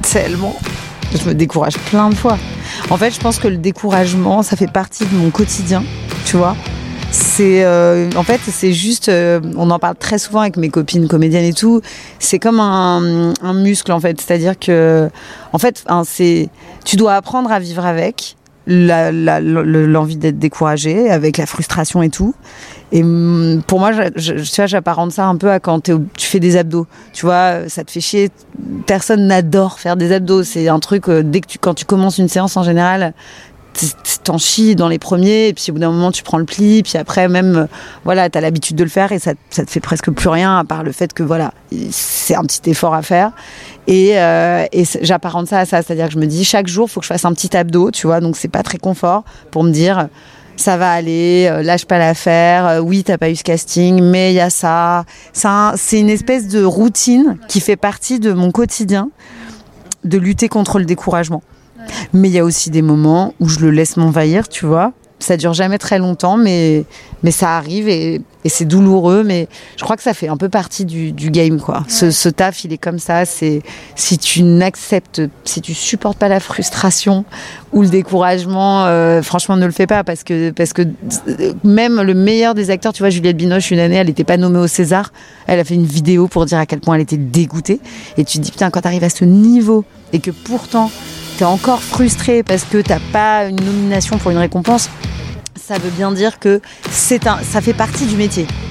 tellement. Je me décourage plein de fois. En fait, je pense que le découragement, ça fait partie de mon quotidien, tu vois. En fait, c'est juste, on en parle très souvent avec mes copines comédiennes et tout. C'est comme un muscle, en fait. C'est-à-dire que, en fait, tu dois apprendre à vivre avec l'envie d'être découragé, avec la frustration et tout. Et pour moi, tu vois, j'apparente ça un peu à quand tu fais des abdos. Tu vois, ça te fait chier. Personne n'adore faire des abdos. C'est un truc, quand tu commences une séance en général, t'en chies dans les premiers, et puis au bout d'un moment tu prends le pli, puis après même voilà, t'as l'habitude de le faire et ça te fait presque plus rien à part le fait que voilà, c'est un petit effort à faire et j'apparente ça à ça, c'est-à-dire que je me dis chaque jour faut que je fasse un petit abdo, tu vois, donc c'est pas très confort pour me dire ça va aller, lâche pas l'affaire, oui t'as pas eu ce casting mais il y a ça, c'est une espèce de routine qui fait partie de mon quotidien de lutter contre le découragement. Mais il y a aussi des moments où je le laisse m'envahir, tu vois. Ça dure jamais très longtemps, mais ça arrive et c'est douloureux. Mais je crois que ça fait un peu partie du game, quoi. Ouais. Ce taf, il est comme ça. C'est si tu supportes pas la frustration ou le découragement, franchement, ne le fais pas parce que même le meilleur des acteurs, tu vois, Juliette Binoche, une année, elle était pas nommée au César. Elle a fait une vidéo pour dire à quel point elle était dégoûtée. Et tu te dis putain, quand t'arrives à ce niveau et que pourtant t'es encore frustré parce que t'as pas une nomination pour une récompense, ça veut bien dire que ça fait partie du métier.